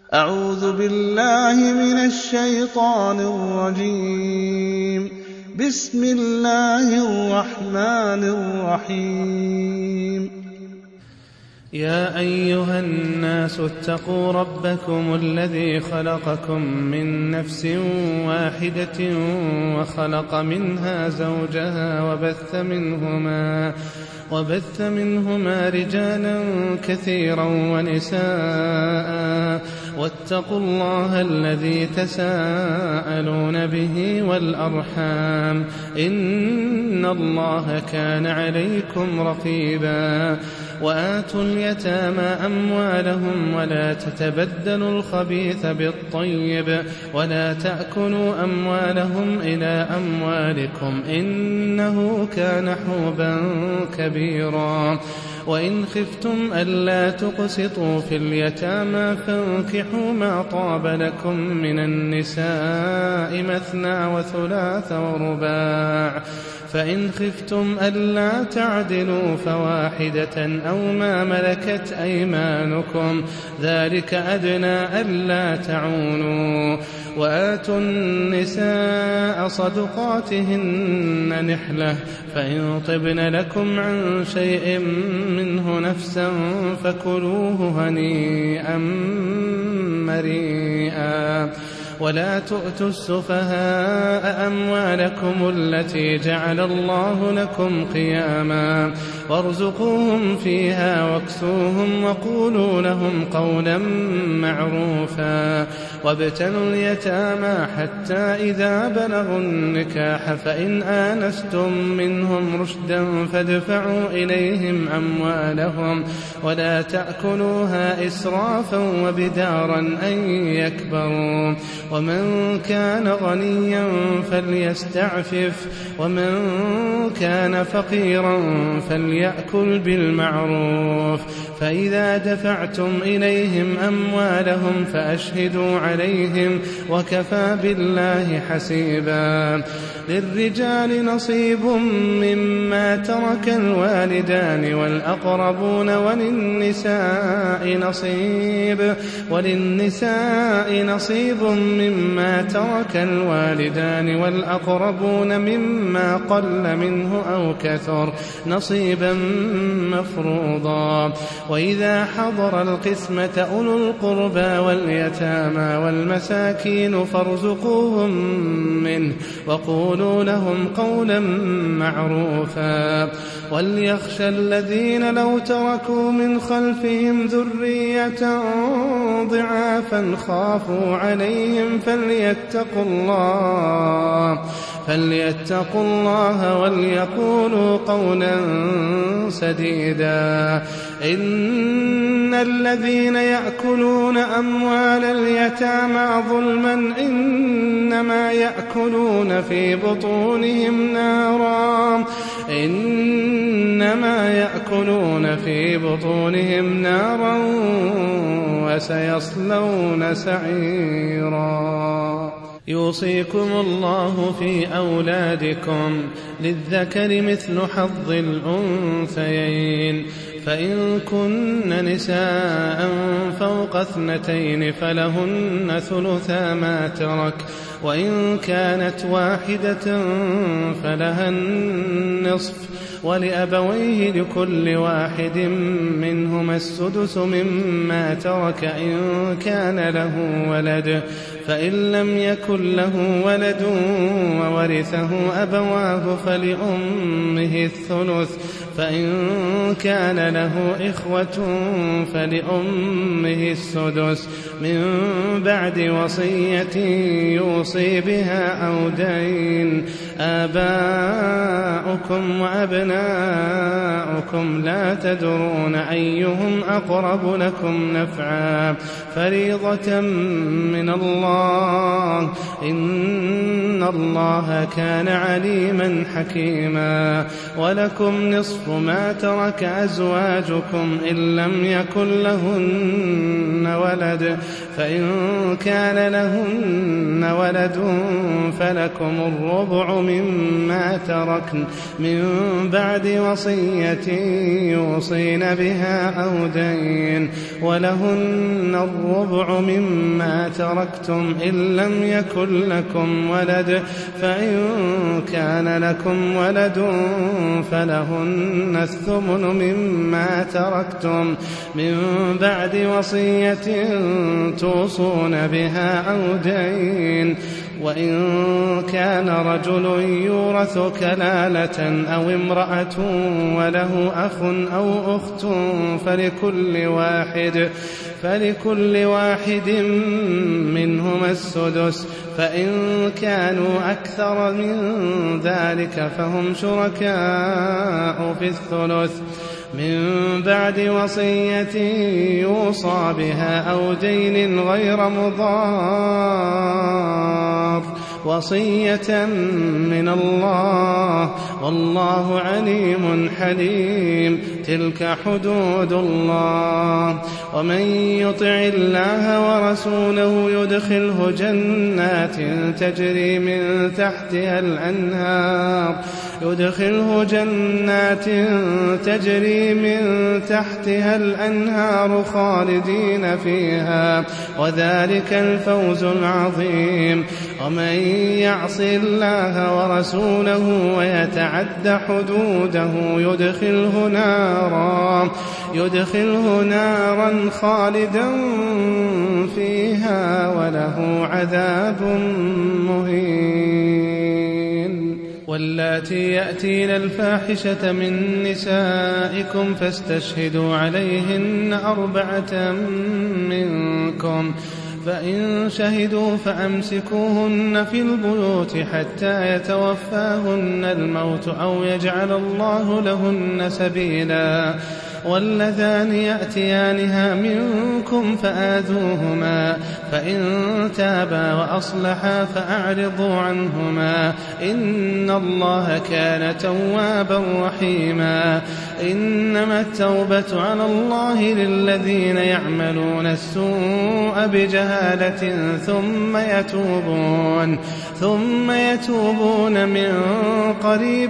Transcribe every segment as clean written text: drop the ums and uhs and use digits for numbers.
أعوذ بالله من الشيطان الرجيم. بسم الله الرحمن الرحيم. يا أيها الناس اتقوا ربكم الذي خلقكم من نفس واحدة وخلق منها زوجها وبث منهما رجالا كثيرا ونساء واتقوا الله الذي تساءلون به والأرحام إن الله كان عليكم رقيبا. وآتوا اليتامى أموالهم ولا تتبدلوا الخبيث بالطيب ولا تأكلوا أموالهم إلى أموالكم إنه كان حوبا كبيرا. وإن خفتم ألا تقسطوا في اليتامى فانكحوا ما طاب لكم من النساء مثنى وثلاث ورباع، فإن خفتم ألا تعدلوا فواحدة أو ما ملكت أيمانكم ذلك أدنى ألا تعونوا. وآتوا النساء صدقاتهن نحلة، فإن طبن لكم عن شيء منه نفسا فكلوه هنيئا مريئا. ولا تؤتوا السفهاء أموالكم التي جعل الله لكم قياما وارزقوهم فيها واكسوهم وقولوا لهم قولا معروفا. وابتلوا اليتامى حتى إذا بلغوا النكاح فإن آنستم منهم رشدا فادفعوا إليهم أموالهم ولا تأكلوها إسرافا وبدارا أن يكبروا. ومن كان غنيا فليستعفف ومن كان فقيرا فليأكل بالمعروف. فإذا دفعتم إليهم أموالهم فأشهدوا عليهم وكفى بالله حسيبا. للرجال نصيب مما ترك الوالدان والأقربون وللنساء نصيب مما ترك الوالدان والأقربون مما قل منه أو كثر نصيبا مفروضا. وإذا حضر القسمة أولو القربى واليتامى والمساكين فارزقوهم منه وقولوا لهم قولا معروفا. وليخشى الذين لو تركوا من خلفهم ذرية ضعافا خافوا عليهم فليتقوا الله وليقولوا قولا سديدا. إن الذين يأكلون أموال اليتامى ظلما إنما يأكلون في بطونهم نارا وسيصلون سعيرا. يوصيكم الله في أولادكم للذكر مثل حظ الأنثيين، فإن كن نساء فوق 2 فلهن ثلثا ما ترك، وإن كانت واحدة فلها النصف، ولأبويه لكل واحد منهما السدس مما ترك إن كان له ولد، فإن لم يكن له ولد وورثه أبواه فلأمه الثلث، فإن كان له إخوة فلأمه السدس من بعد وصية يوصي بها أو دين. آباؤكم وأبناؤكم لا تدرون أيهم أقرب لكم نفعا، فريضة من الله إن الله كان عليما حكيما. ولكم نصف نصف ما ترك أزواجكم إن لم يكن لهن ولد، فإن كان لهن ولد فلكم الربع مما تركن من بعد وصية يوصين بها أو دين، ولهن الربع مما تركتم إن لم يكن لكم ولد، فإن كان لكم ولد فلهن الثمن مما تركتم من بعد وصية توصون بها أو دين. وإن كان رجل يورث كلالة أو امرأة وله أخ أو أخت فلكل واحد منهما السدس، فإن كانوا أكثر من ذلك فهم شركاء في الثلث من بعد وصية يوصى بها أو دين غير مضار، وصية من الله والله عليم حليم. تلك حدود الله. ومن يطع الله ورسوله يدخله جنات تجري من تحتها الأنهار خالدين فيها، وذلك الفوز العظيم. ومن يعص الله ورسوله ويتعد حدوده يدخله نارا خالدا فيها وله عذاب مهين. واللاتي يأتين الفاحشة من نسائكم فاستشهدوا عليهن 4 منكم، فإن شهدوا فأمسكوهن في البيوت حتى يتوفاهن الموت أو يجعل الله لهن سبيلا. واللذان يأتيانها منكم فآذوهما، فإن تابا وأصلحا فأعرضوا عنهما، إن الله كان توابا رحيما. إنما التوبة على الله للذين يعملون السوء بجهالة ثم يتوبون من قريب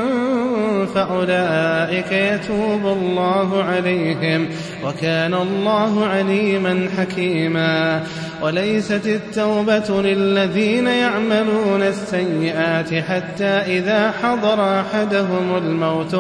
فأولئك يتوب الله عليهم، وكان الله عليما حكيما. وليست التوبة للذين يعملون السيئات حتى إذا حضر أحدهم الموت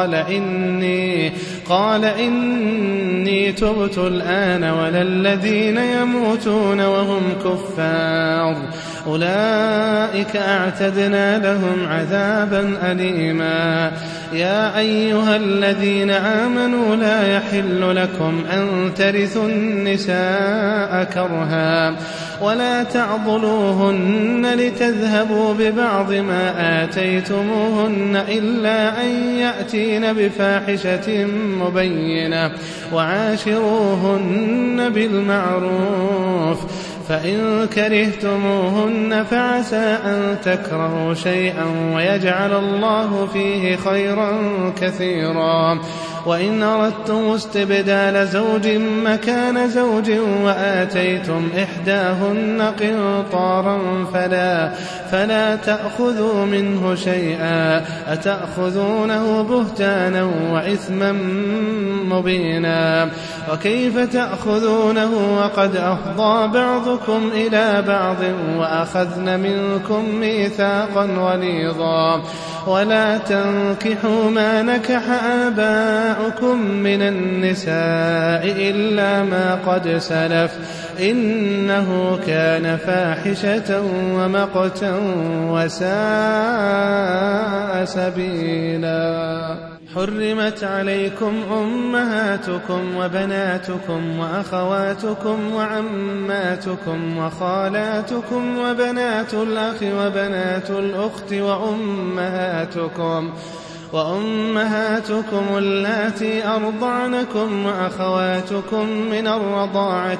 قال إني تبت الآن، ولا الذين يموتون وهم كفار، أولئك أعتدنا لهم عذابا أليما. يا أيها الذين آمنوا لا يحل لكم أن ترثوا النساء كرها ولا تعضلوهن لتذهبوا ببعض ما آتيتموهن إلا أن يأتين بفاحشة مبينة، وعاشروهن بالمعروف، فإن كرهتموهن فعسى أن تكرهوا شيئا ويجعل الله فيه خيرا كثيرا. وإن أردتم استبدال زوج مكان زوج وآتيتم إحداهن قنطارا فلا تأخذوا منه شيئا، أتأخذونه بهتانا وإثما مبينا. وكيف تأخذونه وقد أفضى بعضكم إلى بعض وأخذن منكم ميثاقا غليظا. ولا تنكحوا ما نكح آباؤكم من النساء إلا ما قد سلف، إنه كان فاحشة ومقتا وساء سبيلا. حرمت عليكم أمهاتكم وبناتكم وأخواتكم وعماتكم وخالاتكم وبنات الأخ وبنات الأخت وأمهاتكم اللاتي أرضعنكم وأخواتكم من الرضاعة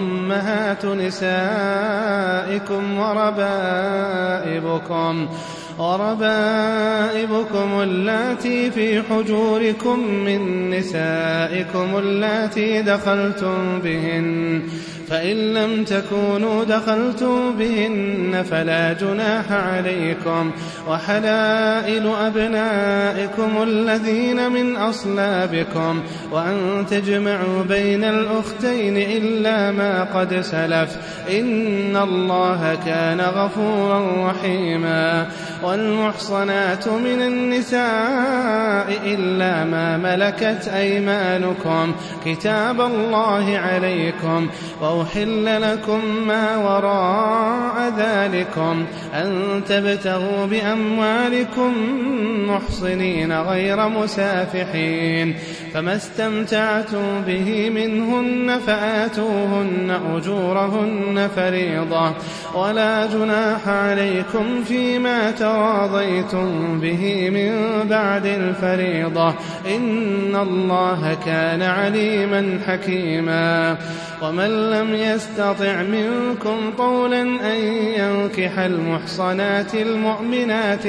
وأمهات نسائكم وربائبكم اللاتي في حجوركم من نسائكم اللاتي دخلتم بهن، فإن لم تكونوا دخلتم بهن فلا جناح عليكم، وحلائل أبنائكم الذين من أصلابكم، وأن تجمعوا بين الأختين إلا ما قد سلف، إن الله كان غفورا رحيما. والمحصنات من النساء إلا ما ملكت أيمانكم كتاب الله عليكم، وأحل لكم ما وراء ذلكم أن تبتغوا بأموالكم محصنين غير مسافحين، فما استمتعتم به منهن فآتوهن أجورهن فريضة، ولا جناح عليكم فيما تراضيتم به من بعد الفريضة، إن الله كان عليما حكيما. ومن لم يستطع منكم طولا أن ينكح المحصنات المؤمنات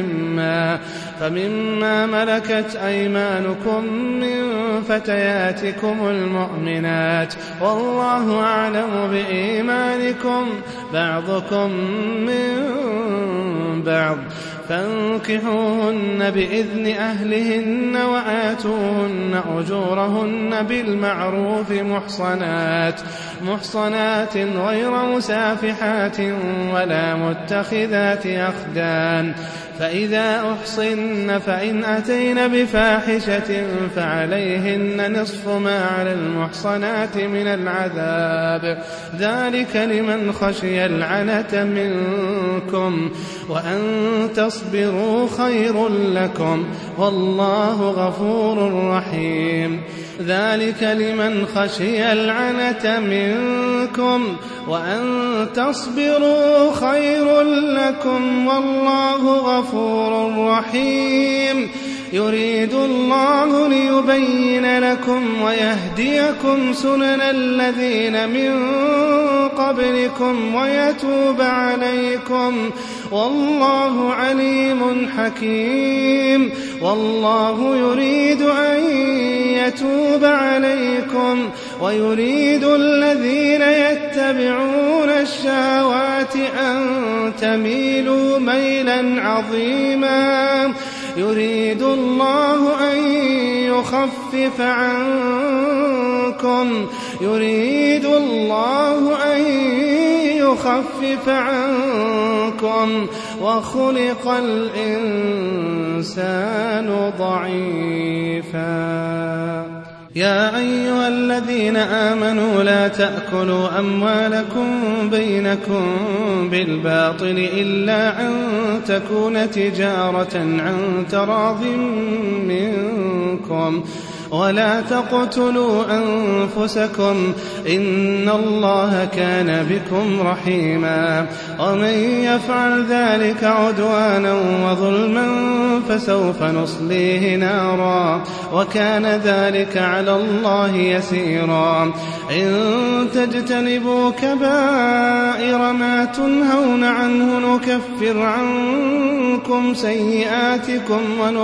فمما ملكت أيمانكم من فتياتكم المؤمنات، والله أعلم بإيمانكم بعضكم من بعض، فانكحوهن بإذن أهلهن وآتوهن أجورهن بالمعروف محصنات غير مسافحات ولا متخذات أخدان، فإذا أحصن فإن أتين بفاحشة فعليهن نصف ما على المحصنات من العذاب، ذلك لمن خشي العنة منكم، وأن تصبروا خير لكم والله غفور رحيم. ذلك لمن خشي العنة منكم وأن تصبروا خير لكم والله غفور رحيم. يريد الله ليبين لكم ويهديكم سنن الذين من قبلكم ويتوب عليكم، والله عليم حكيم. والله يريد أن يتوب عليكم ويريد الذين يتبعون الشهوات أن تميلوا ميلا عظيما. يريد الله أن يخفف عنكم وخلق الإنسان ضعيفا. يا أيها الذين آمنوا لا تأكلوا أموالكم بينكم بالباطل إلا أن تكون تجارة عن تراض منكم، ولا تقتلوا أنفسكم إن الله كان بكم رحيما. ومن يفعل ذلك عدوانا وظلما فسوف نصليه نارا وكان ذلك على الله يسيرا. إن تجتنبوا كبائر ما تنهون عنه نكفر عنكم سيئاتكم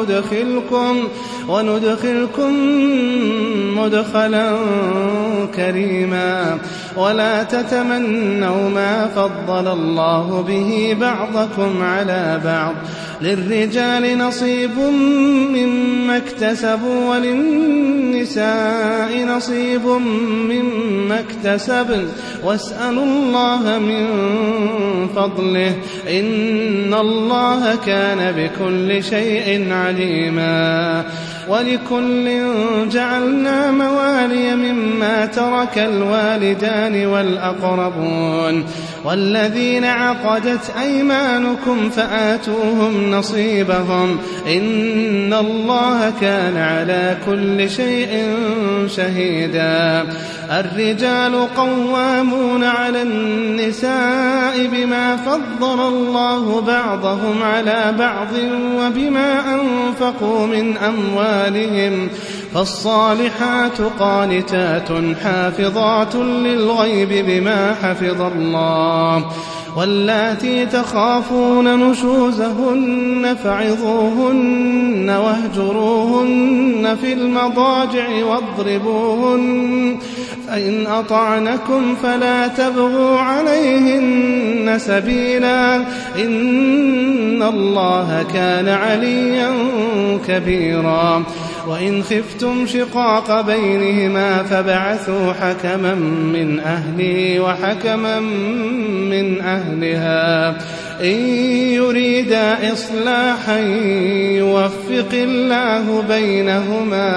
وندخلكم مدخلا كريما. ولا تتمنوا ما فضل الله به بعضكم على بعض، للرجال نصيب مما اكتسبوا وللنساء نصيب مما اكتسبن، واسألوا الله من فضله إن الله كان بكل شيء عليما. ولكل جعلنا موالي مما ترك الوالدان والأقربون والذين عقدت أيمانكم فآتوهم نصيبهم إن الله كان على كل شيء شهيدا. الرجال قوامون على النساء بما فضل الله بعضهم على بعض وبما أنفقوا من أموالهم، فالصالحات قانتات حافظات للغيب بما حفظ الله، واللاتي تخافون نشوزهن فعظوهن واهجروهن في المضاجع واضربوهن فإن أطعنكم فلا تبغوا عليهن سبيلا إن الله كان عليا كبيرا وإن خفتم شقاق بينهما فابعثوا حكما من أهله وحكما من أهلها إن يريدا إصلاحا يوفق الله بينهما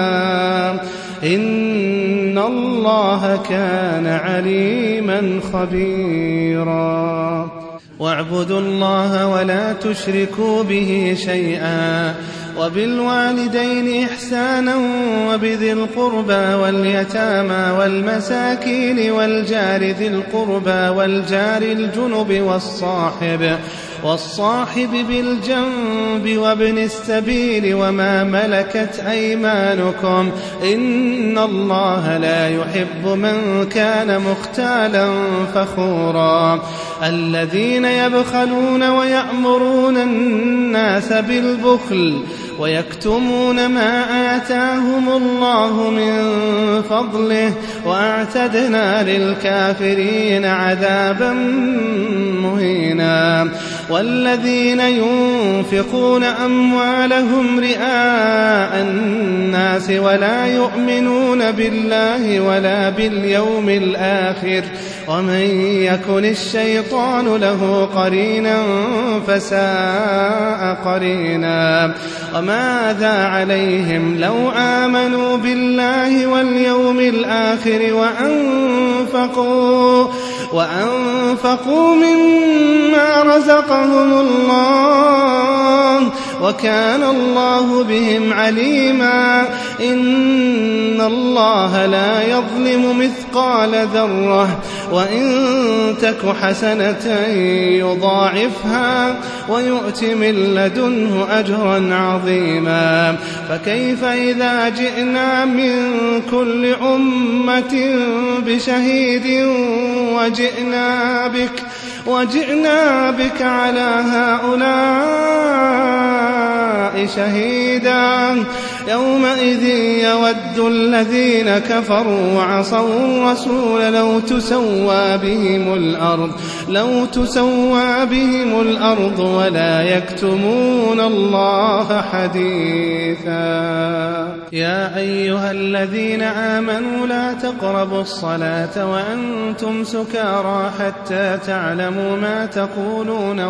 إن الله كان عليما خبيرا واعبدوا الله ولا تشركوا به شيئا وبالوالدين إحسانا وبذي القربى واليتامى والمساكين والجار ذي القربى والجار الجنب والصاحب بالجنب وابن السبيل وما ملكت أيمانكم إن الله لا يحب من كان مختالا فخورا الذين يبخلون ويأمرون الناس بالبخل ويكتمون ما آتاهم الله من فضله وأعتدنا للكافرين عذابا مهينا والذين ينفقون أموالهم رئاء الناس ولا يؤمنون بالله ولا باليوم الآخر ومن يكن الشيطان له قرينا فساء قرينا وماذا عليهم لو آمنوا بالله واليوم الآخر وأنفقوا مما رزقهم الله وكان الله بهم عليما إن الله لا يظلم مثقال ذرة وإن تك حسنة يضاعفها ويؤت من لدنه أجرا عظيما فكيف إذا جئنا من كل أمة بشهيد وجئنا بك على هؤلاء شهيدا يومئذ يود الذين كفروا وعصوا الرسول لو تسوى بهم الأرض ولا يكتمون الله حديثا يا أيها الذين آمنوا لا تقربوا الصلاة وأنتم سكارى حتى تعلموا ما تقولون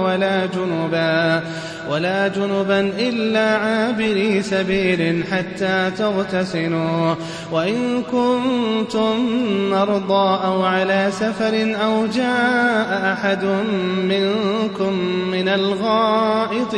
ولا جنبا إلا عابري سبيل حتى تغتسلوا وإن كنتم مرضى أو على سفر أو جاء أحد منكم من الغائط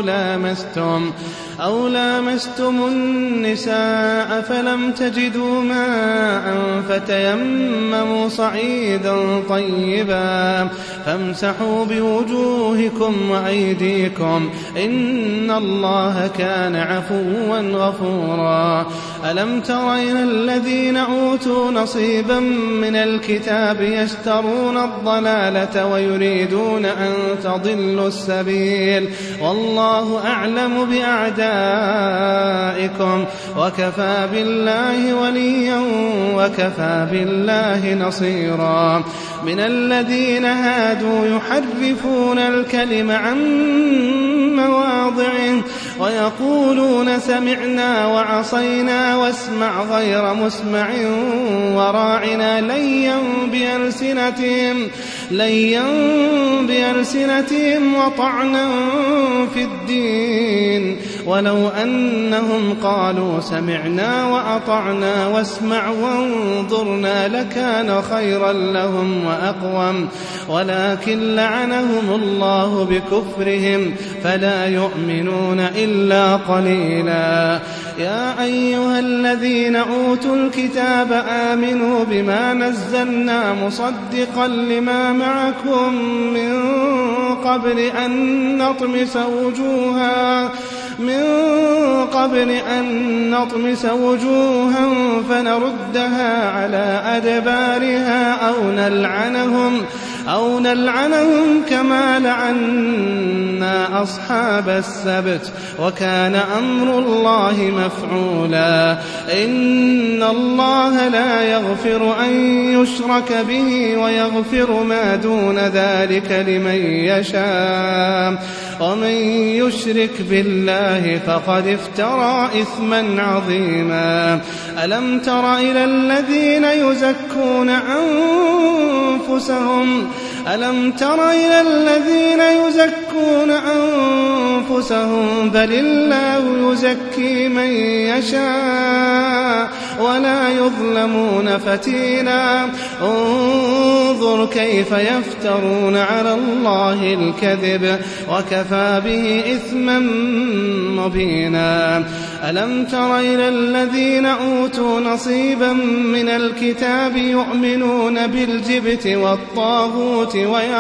أو لامستم النساء فلم تجدوا ماء فتيمموا صعيدا طيبا فامسحوا بوجوهكم وأيديكم إن الله كان عفوا غفورا ألم تر إلى الذين أوتوا نصيبا من الكتاب يشترون الضلالة ويريدون أن تضلوا السبيل والله أعلم بأعدائكم وكفى بالله وليا وكفى بالله نصيرا من الذين هادوا يحرفون الكلم عن مواضعه ويقولون سمعنا وعصينا واسمع غير مسمع وراعنا ليا بألسنتهم وطعنا في الدين ولو أنهم قالوا سمعنا وأطعنا واسمع وانظرنا لكان خيرا لهم وأقوم ولكن لعنهم الله بكفرهم فلا يؤمنون إلا قليلا يا أيها الذين أوتوا الكتاب آمنوا بما نزلنا مصدقا لما معكم من قبل أن نطمس وجوها فنردها على أدبارها أو نلعنهم كما لعنا أصحاب السبت وكان أمر الله مفعولا إن الله لا يغفر أن يشرك به ويغفر ما دون ذلك لمن يشاء ومن يشرك بالله فقد افترى إثما عظيما ألم تر إلى الذين يزكون أنفسهم بل الله يزكي من يشاء ولا يظلمون فتيلا انظر كيف يفترون على الله الكذب وكفى به إثما مبينا ألم تر إلى الذين أوتوا نصيبا من الكتاب يؤمنون بالجبت والطاغوت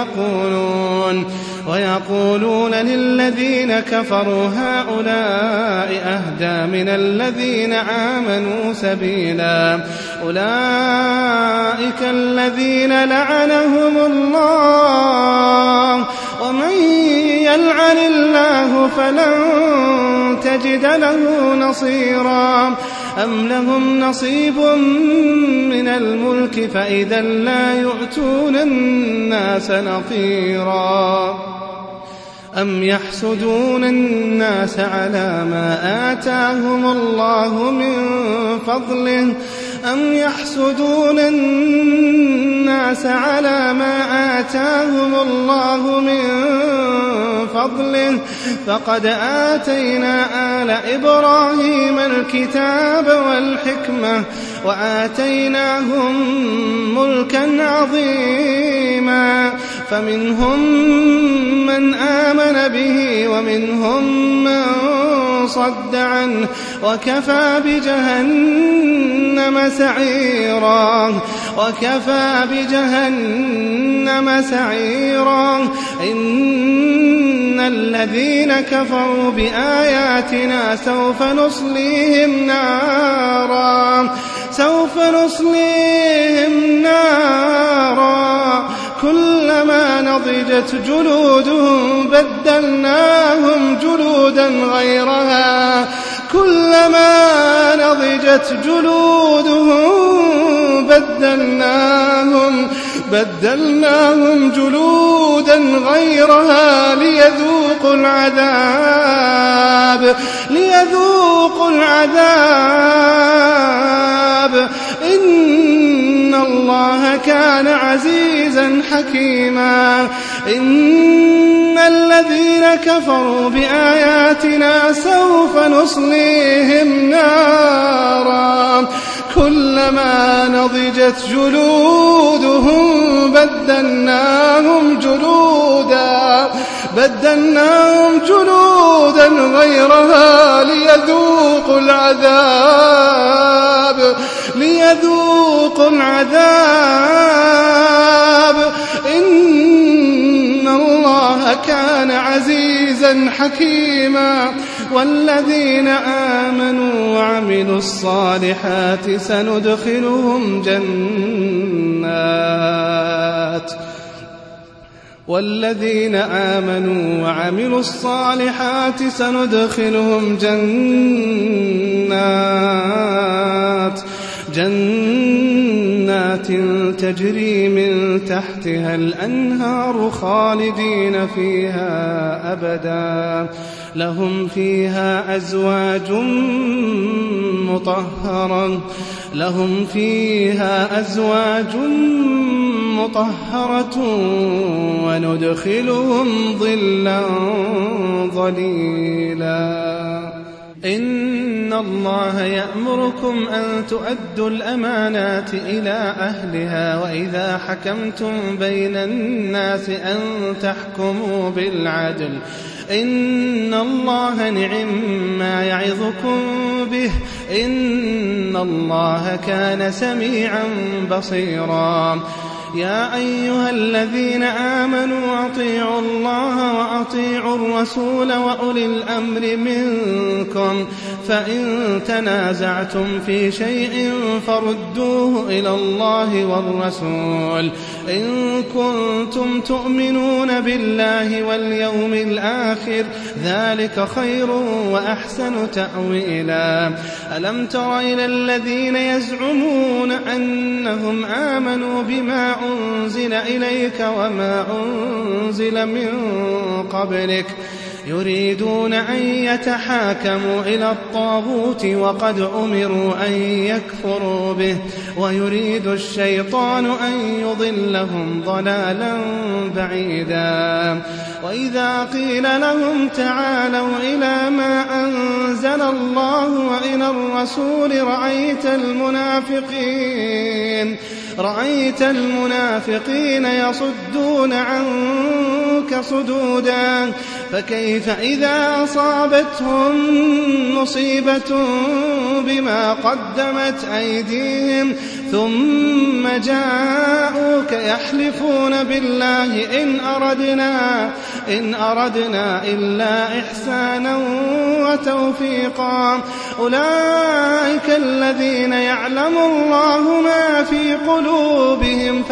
ويقولون للذين كفروا هؤلاء أهدى من الذين آمنوا سبيلا أولئك الذين لعنهم الله ومن يلعن الله فلن تجد له نصيرا أم لهم نصيب من الملك فإذا لا يؤتون الناس نقيرا أم يحسدون الناس على ما آتاهم الله من فضله فقد آتينا آل إبراهيم الكتاب والحكمة وآتيناهم ملكا عظيما فمنهم من آمن به ومنهم من صد عنه وكفى بجهنم سعيرا إن الذين كفروا بآياتنا سوف نصليهم نارا كلما نضجت جلودهم بدلناهم جلودا غيرها بدلناهم جلودا غيرها ليذوقوا العذاب إن الله كان عزيزا حكيما إن الذين كفروا بآياتنا سوف نصليهم نارا كلما نضجت جلودهم بدلناهم جلودا غيرها ليذوقوا العذاب إن الله كان عزيزا حكيما والذين آمنوا وعملوا الصالحات سندخلهم جنات تجري من تحتها الأنهار خالدين فيها أبدا لهم فيها أزواج مطهرة وندخلهم ظلا ظليلا إن الله يأمركم أن تؤدوا الأمانات إلى أهلها وإذا حكمتم بين الناس أن تحكموا بالعدل إن الله نعما يعظكم به إن الله كان سميعا بصيرا يا أيها الذين آمنوا أطيعوا الله وأطيعوا الرسول وأولي الأمر منكم فإن تنازعتم في شيء فردوه إلى الله والرسول إن كنتم تؤمنون بالله واليوم الآخر ذلك خير وأحسن تأويلا. ألم تر إلى الذين يزعمون أنهم آمنوا بما أنزل إليك وما أنزل من قبلك يريدون أن يتحاكموا إلى الطاغوت وقد أمروا أن يكفروا به ويريد الشيطان أن يضلهم ضلالا بعيدا. وإذا قيل لهم تعالوا إلى ما أنزل الله وإلى الرسول رأيت المنافقين يصدون عنك صدودا فكيف إذا أصابتهم مصيبة بما قدمت أيديهم ثم جاءوك يحلفون بالله إن أردنا إلا إحسانا وتوفيقا أولئك الذين يعلم الله ما في قلوبهم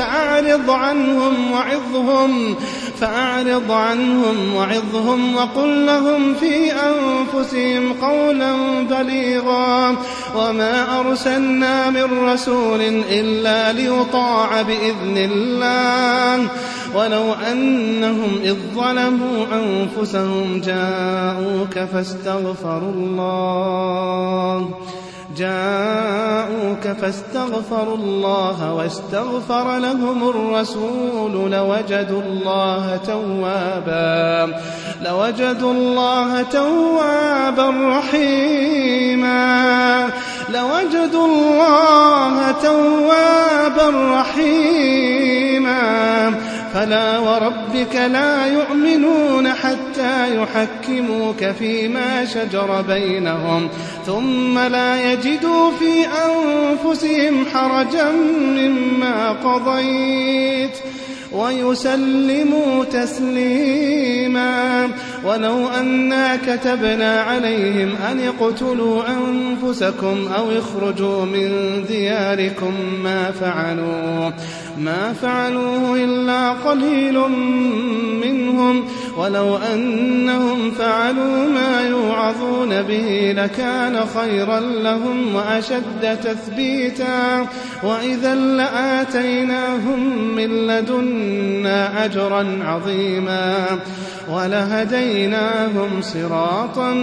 فأعرض عنهم وعظهم وقل لهم في أنفسهم قولا بليغا وما أرسلنا من رسول إلا ليطاع بإذن الله ولو أنهم إذ ظلموا أنفسهم جاءوك فاستغفروا الله واستغفر لهم الرسول لوجدوا الله توابا رحيما فلا وربك لا يؤمنون حتى يحكموك فيما شجر بينهم ثم لا يجدوا في أنفسهم حرجا مما قضيت ويسلموا تسليما. ولو أنا كتبنا عليهم أن اقتلوا أنفسكم أو اخرجوا من دياركم ما فعلوه إلا قليل منهم ولو أنهم فعلوا ما يوعظون به لكان خيرا لهم وأشد تثبيتا وإذا لآتيناهم من لدنا أجرا عظيما ولهديناهم صراطا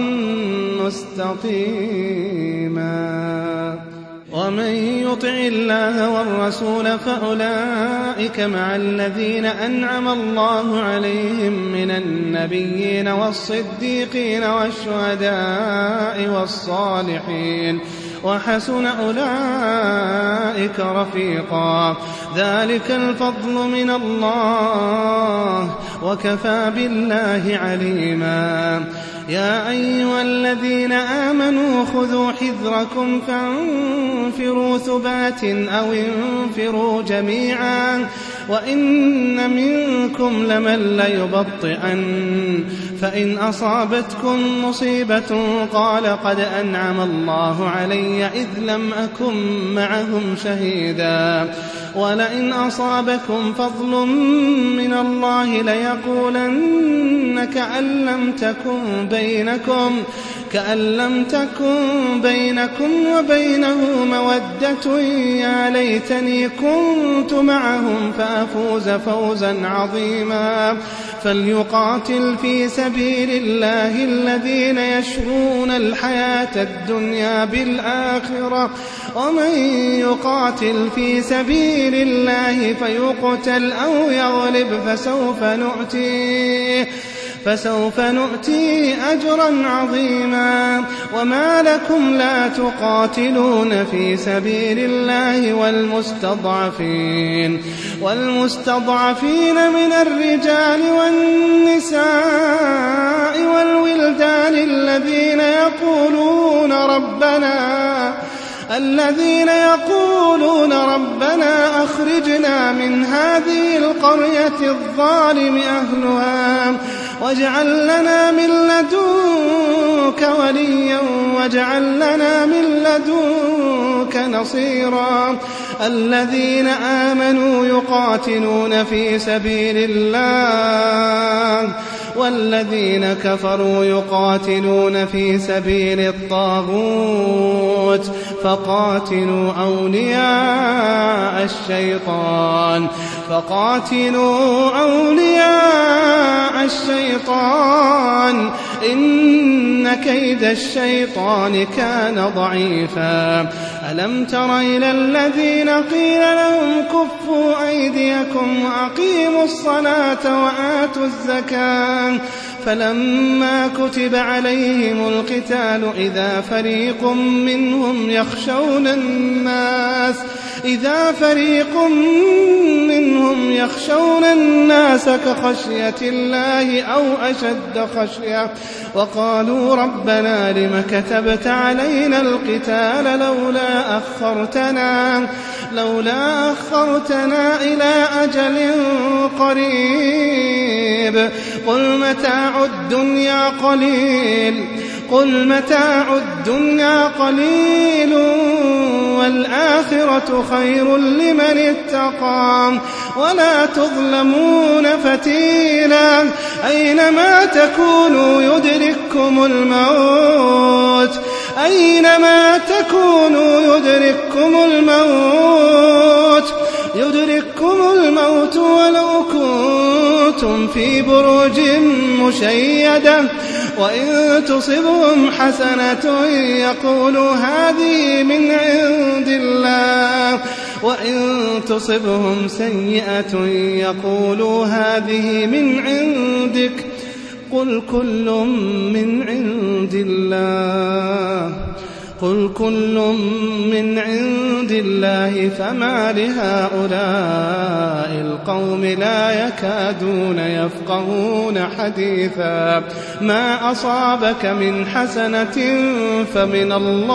مستقيما. ومن يطع الله والرسول فأولئك مع الذين أنعم الله عليهم من النبيين والصديقين والشهداء والصالحين وحسن أولئك رفيقا ذلك الفضل من الله وكفى بالله عليما. يا أيها الذين آمنوا خذوا حذركم فانفروا ثبات أو انفروا جميعا وإن منكم لمن ليبطئن فإن أصابتكم مصيبة قال قد أنعم الله علي إذ لم أكن معهم شهيدا ولئن أصابكم فضل من الله ليقولن كأن لم تكن بينكم وبينه مودة يا ليتني كنت معهم فأفوز فوزا عظيما. فليقاتل في سبيل الله الذين يشرون الحياة الدنيا بالآخرة ومن يقاتل في سبيل الله فيقتل أو يغلب فسوف نؤتيه أجرا عظيما. وما لكم لا تقاتلون في سبيل الله والمستضعفين من الرجال والنساء الذين يقولون ربنا أخرجنا من هذه القرية الظالم أهلها واجعل لنا من لدنك وليا واجعل لنا من لدنك نصيرا الذين آمنوا يقاتلون في سبيل الله والذين كفروا يقاتلون في سبيل الطاغوت فقاتلوا أولياء الشيطان إن كيد الشيطان كان ضعيفا ألم تر إلى الذين قيل لهم كفوا أيديكم وأقيموا الصلاة وآتوا الزكاة فلما كتب عليهم القتال إذا فريق منهم يخشون الناس كخشية الله أو أشد خشية وقالوا ربنا لم كتبت علينا القتال لولا أخرتنا إلى أجل قريب قل متاع الدنيا قليل والآخرة خير لمن اتقى ولا تظلمون فتيلا أينما تكونوا يدرككم الموت ولو كنتم في بروج مشيدة وإن تصبهم حسنة يقولوا هذه من عند الله وإن تصبهم سيئة يقولوا هذه من عندك قل كل من عند الله فما لهؤلاء القوم لا يكادون يفقهون حديثا ما أصابك من حسنة فمن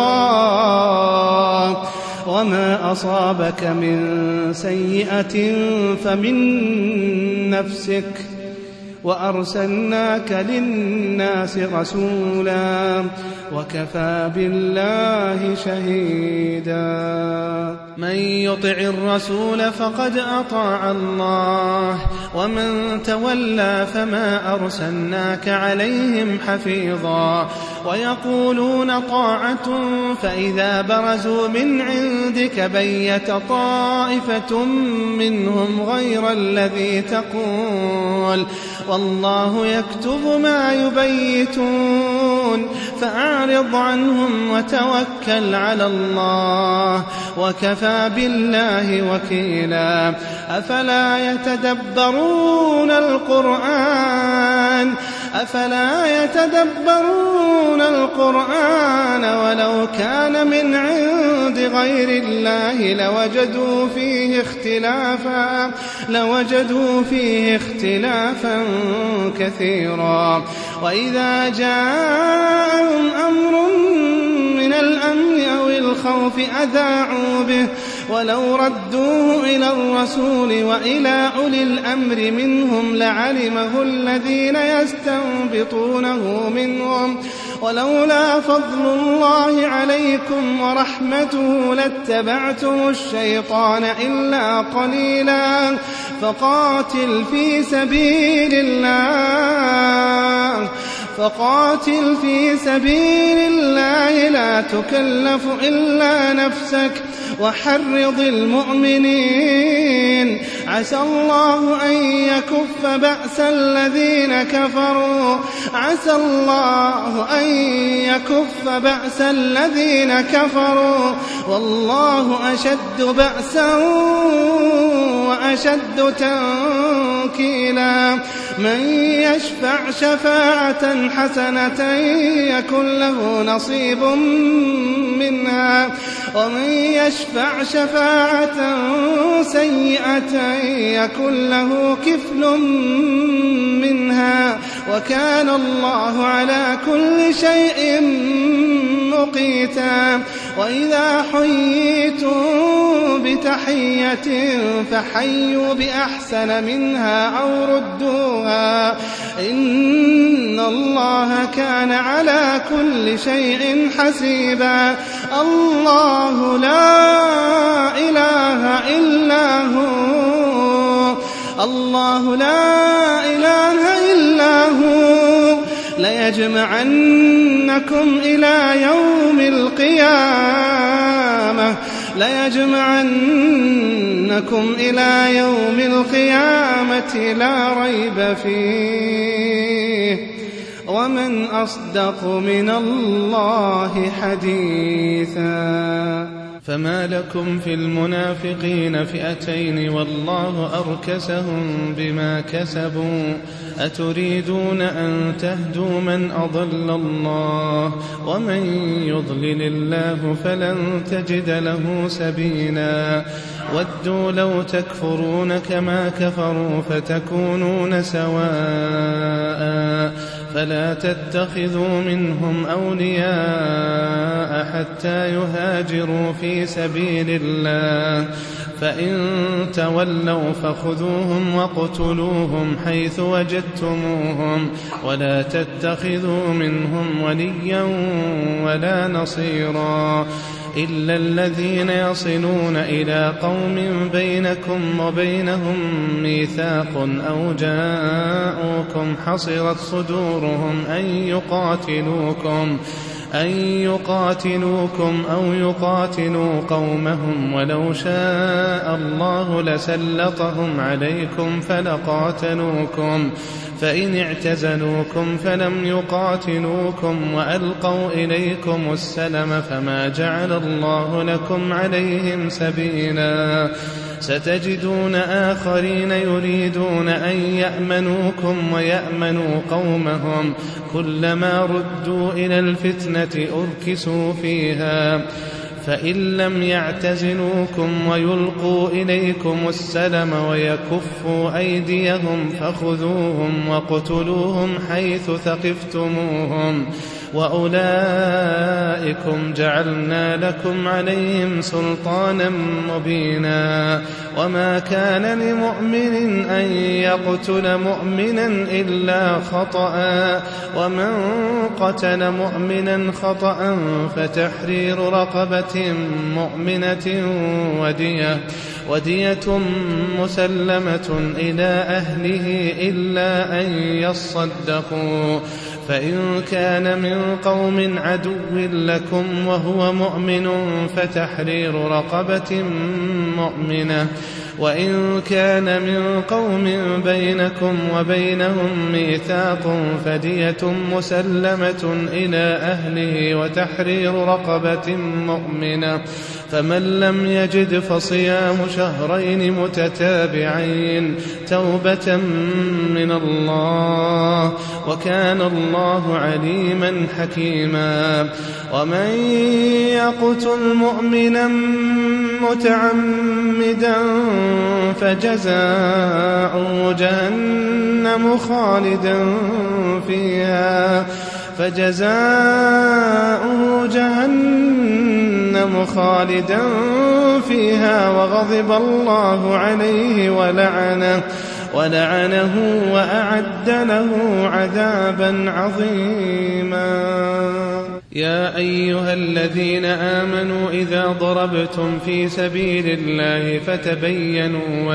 الله وما أصابك من سيئة فمن نفسك وأرسلناك للناس رسولا وكفى بالله شهيدا من يطع الرسول فقد أطاع الله ومن تولى فما أرسلناك عليهم حفيظا ويقولون طاعة فإذا برزوا من عندك بيت طائفة منهم غير الذي تقول والله يكتب ما يبيتون فأعرض عنهم وتوكل على الله وكفى بالله وكيلا أفلا يتدبرون القرآن ولو كان من عند غير الله لوجدوا فيه اختلافا كثيرا وإذا جاءهم أمر من الأمن أو الخوف أذاعوا به ولو ردوه إلى الرسول وإلى أولي الأمر منهم لعلمه الذين يستنبطونه منهم ولولا فضل الله عليكم ورحمته لاتبعتم الشيطان إلا قليلا فقاتل في سبيل الله لا تكلف إلا نفسك وحرض المؤمنين عسى الله أن يكف بأس الذين كفروا والله أشد بأسا وأشد تنكيلا من يشفع شفاعة حسنة يكن له نصيب منها ومن يشفع شفاعة سيئة يكن له كفل منها وكان الله على كل شيء مقيتا وإذا حييتم بتحية فحيوا بأحسن منها أو ردوها إن الله كان على كل شيء حسيبا. الله لا إله إلا هو، الله لا إله إلا هو، ليجمعنكم إلى يوم القيامة، ليجمعنكم إلى يوم القيامة لا ريب فيه، ومن أصدق من الله حديثا. فما لكم في المنافقين فئتين والله أركسهم بما كسبوا، أتريدون أن تهدوا من أضل الله، ومن يضلل الله فلن تجد له سبيلا. ودوا لو تكفرون كما كفروا فتكونون سواء، فلا تتخذوا منهم أولياء حتى يهاجروا في سبيل الله، فإن تولوا فخذوهم واقتلوهم حيث وجدتموهم، ولا تتخذوا منهم وليا ولا نصيرا، إلا الذين يصلون إلى قوم بينكم وبينهم ميثاق أو جاءوكم حصرت صدورهم أن يقاتلوكم أو يقاتلوا قومهم، ولو شاء الله لسلطهم عليكم فلقاتلوكم، فإن اعتزلوكم فلم يقاتلوكم وألقوا إليكم السلم فما جعل الله لكم عليهم سبيلا. ستجدون آخرين يريدون أن يأمنوكم ويأمنوا قومهم، كلما ردوا إلى الفتنة أركسوا فيها، فإن لم يعتزلوكم ويلقوا إليكم السلم ويكفوا أيديهم فخذوهم واقتلوهم حيث ثقفتموهم، وأولئكم جعلنا لكم عليهم سلطانا مبينا. وما كان لمؤمن أن يقتل مؤمنا إلا خطأ، ومن قتل مؤمنا خطأ فتحرير رقبة مؤمنة ودية مسلمة إلى أهله إلا أن يصدقوا، فإن كان من قوم عدو لكم وهو مؤمن فتحرير رقبة مؤمنة، وإن كان من قوم بينكم وبينهم ميثاق فدية مسلمة إلى أهله وتحرير رقبة مؤمنة، فمن لم يجد فصيام شهرين متتابعين توبة من الله، وكان الله عليما حكيما. ومن يقتل مؤمنا متعمدا فجزاؤه جهنم خالدا فيها وغضب الله عليه ولعنه وأعد له عذابا عظيما. يا أيها الذين آمنوا إذا ضربتم في سبيل الله فتبينوا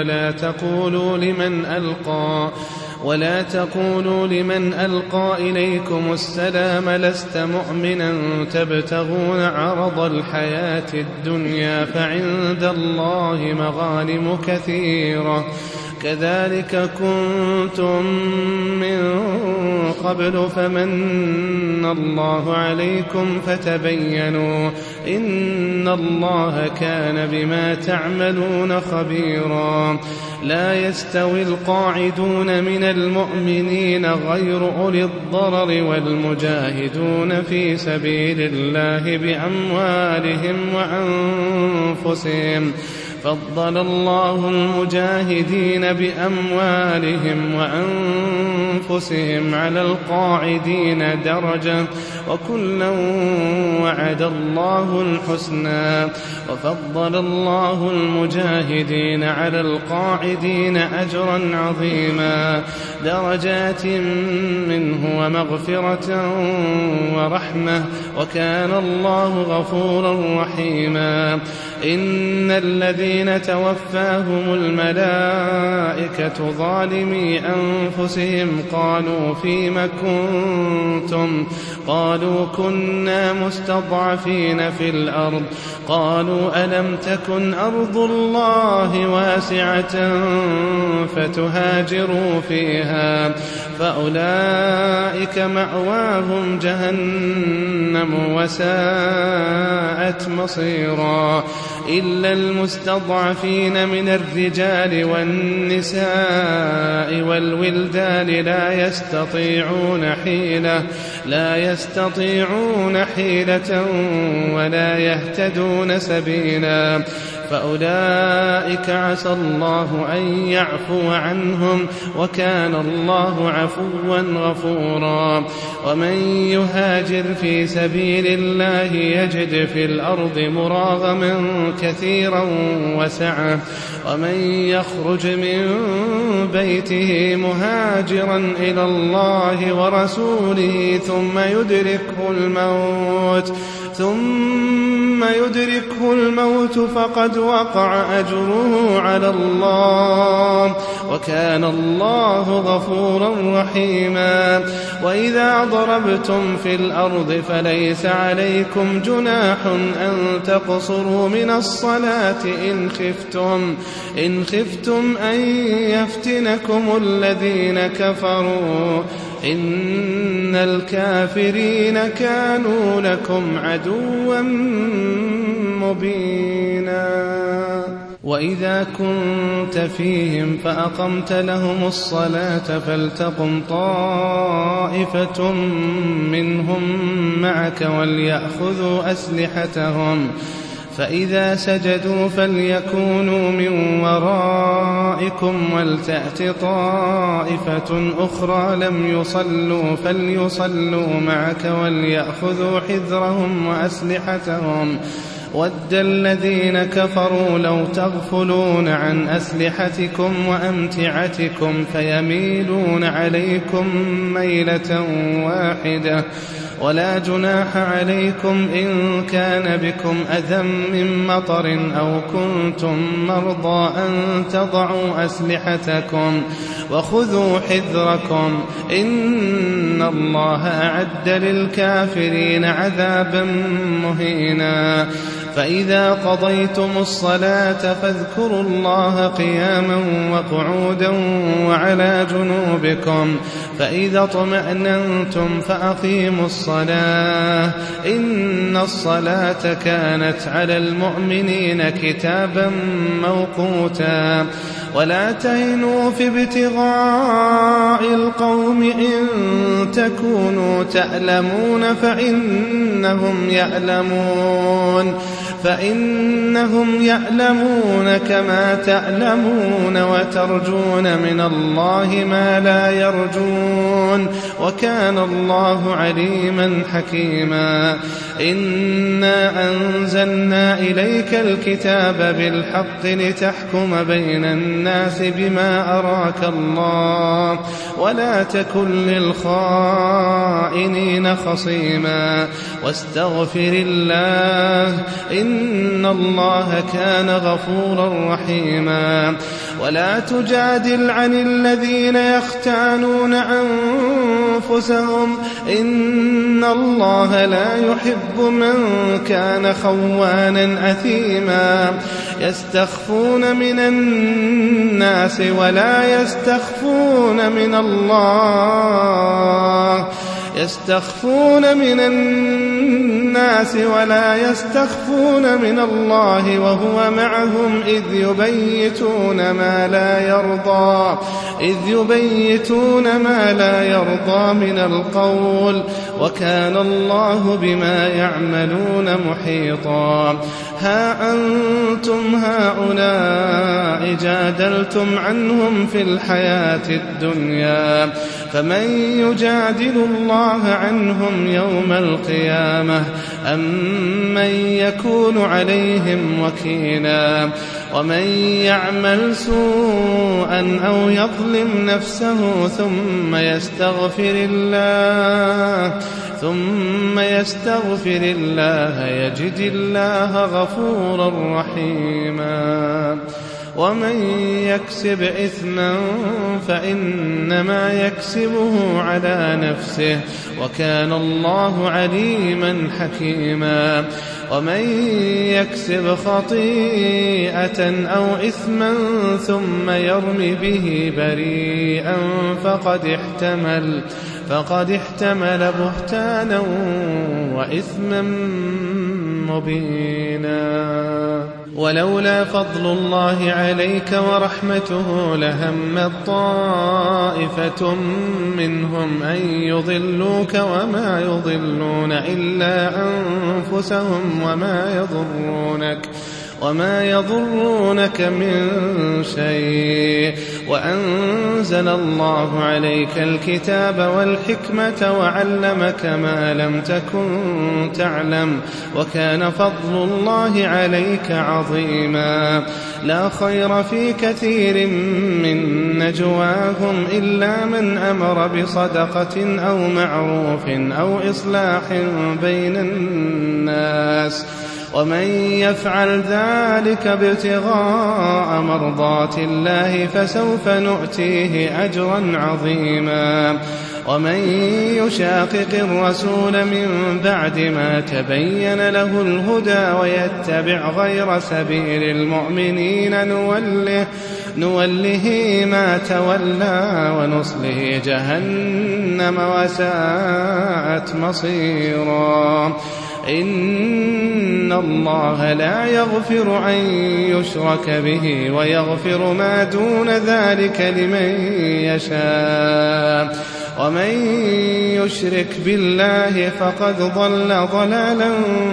ولا تقولوا لمن ألقى إليكم السلام لست مؤمنا تبتغون عرض الحياة الدنيا فعند الله مغانم كثيرة كذلك كنتم من قبل فمن الله عليكم فتبينوا إن الله كان بما تعملون خبيرا. لا يستوي القاعدون من المؤمنين غير أولي الضرر والمجاهدون في سبيل الله بأموالهم وأنفسهم فضل الله المجاهدين بأموالهم وأنفسهم على القاعدين درجة وكلا وعد الله الحسنى وفضل الله المجاهدين على القاعدين أجرا عظيما درجات منه ومغفرة ورحمة وكان الله غفورا رحيما إن الذين توفاهم الملائكة ظالمي أنفسهم قالوا فيم كنتم قالوا كنا مستضعفين في الأرض قالوا ألم تكن أرض الله واسعة فتهاجروا فيها فأولئك مأواهم جهنم وساءت مصيرا إلا المستضعفين من الرجال والنساء والولدان لا يستطيعون حيلة ولا يهتدون سبيلا فأولئك عسى الله أن يعفو عنهم وكان الله عفوا غفورا ومن يهاجر في سبيل الله يجد في الأرض مراغما كثيرا وسعة ومن يخرج من بيته مهاجرا إلى الله ورسوله ثم يدركه الموت فقد وقع أجره على الله وكان الله غفورا رحيما وإذا ضربتم في الأرض فليس عليكم جناح أن تقصروا من الصلاة إن خفتم أن يفتنكم الذين كفروا إن الكافرين كانوا لكم عدوا مبينا وإذا كنت فيهم فأقمت لهم الصلاة فلتقم طائفة منهم معك وليأخذوا أسلحتهم فإذا سجدوا فليكونوا من ورائكم ولتأت طائفة أخرى لم يصلوا فليصلوا معك وليأخذوا حذرهم وأسلحتهم ود الذين كفروا لو تغفلون عن أسلحتكم وأمتعتكم فيميلون عليكم ميلة واحدة ولا جناح عليكم إن كان بكم أذى من مطر أو كنتم مرضى أن تضعوا أسلحتكم وخذوا حذركم إن الله أعد للكافرين عذابا مهينا فإذا قضيتم الصلاة فاذكروا الله قياما وقعودا وعلى جنوبكم فإذا اطمأننتم فأقيموا الصلاة إن الصلاة كانت على المؤمنين كتابا موقوتا ولا تهنوا في ابتغاء القوم إن تكونوا تألمون فإنهم يألمون كما تألمون وترجون من الله ما لا يرجون وكان الله عليما حكيما إنا أنزلنا إليك الكتاب بالحق لتحكم بين الناس بما أراك الله ولا تكن للخائنين خصيما واستغفر الله إن الله كان غفورا رحيما ولا تجادل عن الذين يختانون أنفسهم إن الله لا يحب من كان خوانا أثيما يستخفون من الناس ولا يستخفون من الله الناس ولا يستخفون من الله وهو معهم إذ يبيتون ما لا يرضى من القول وكان الله بما يعملون محيطا. ها أنتم هؤلاء جادلتم عنهم في الحياة الدنيا فمن يجادل الله عنهم يوم القيامة أم من يكون عليهم وكيلا. ومن يعمل سوءا أو يظلم نفسه ثم يستغفر الله يجد الله غفورا رحيما. ومن يكسب إثما فإنما يكسبه على نفسه وكان الله عليما حكيما. ومن يكسب خطيئة أو إثما ثم يرم به بريئا فقد احتمل بهتانا وإثما مبينا. ولولا فضل الله عليك ورحمته لهمت طائفة منهم أن يضلوك وما يضلون إلا أنفسهم وما يضرونك من شيء. وأنزل الله عليك الكتاب والحكمة وعلمك ما لم تكن تعلم وكان فضل الله عليك عظيما. لا خير في كثير من نجواهم إلا من أمر بصدقة أو معروف أو إصلاح بين الناس ومن يفعل ذلك ابتغاء مرضات الله فسوف نؤتيه أجرا عظيما. ومن يشاقق الرسول من بعد ما تبين له الهدى ويتبع غير سبيل المؤمنين نوله ما تولى ونصله جهنم وساءت مصيرا. إن الله لا يغفر أن يشرك به ويغفر ما دون ذلك لمن يشاء ومن يشرك بالله فقد ضل ضلالا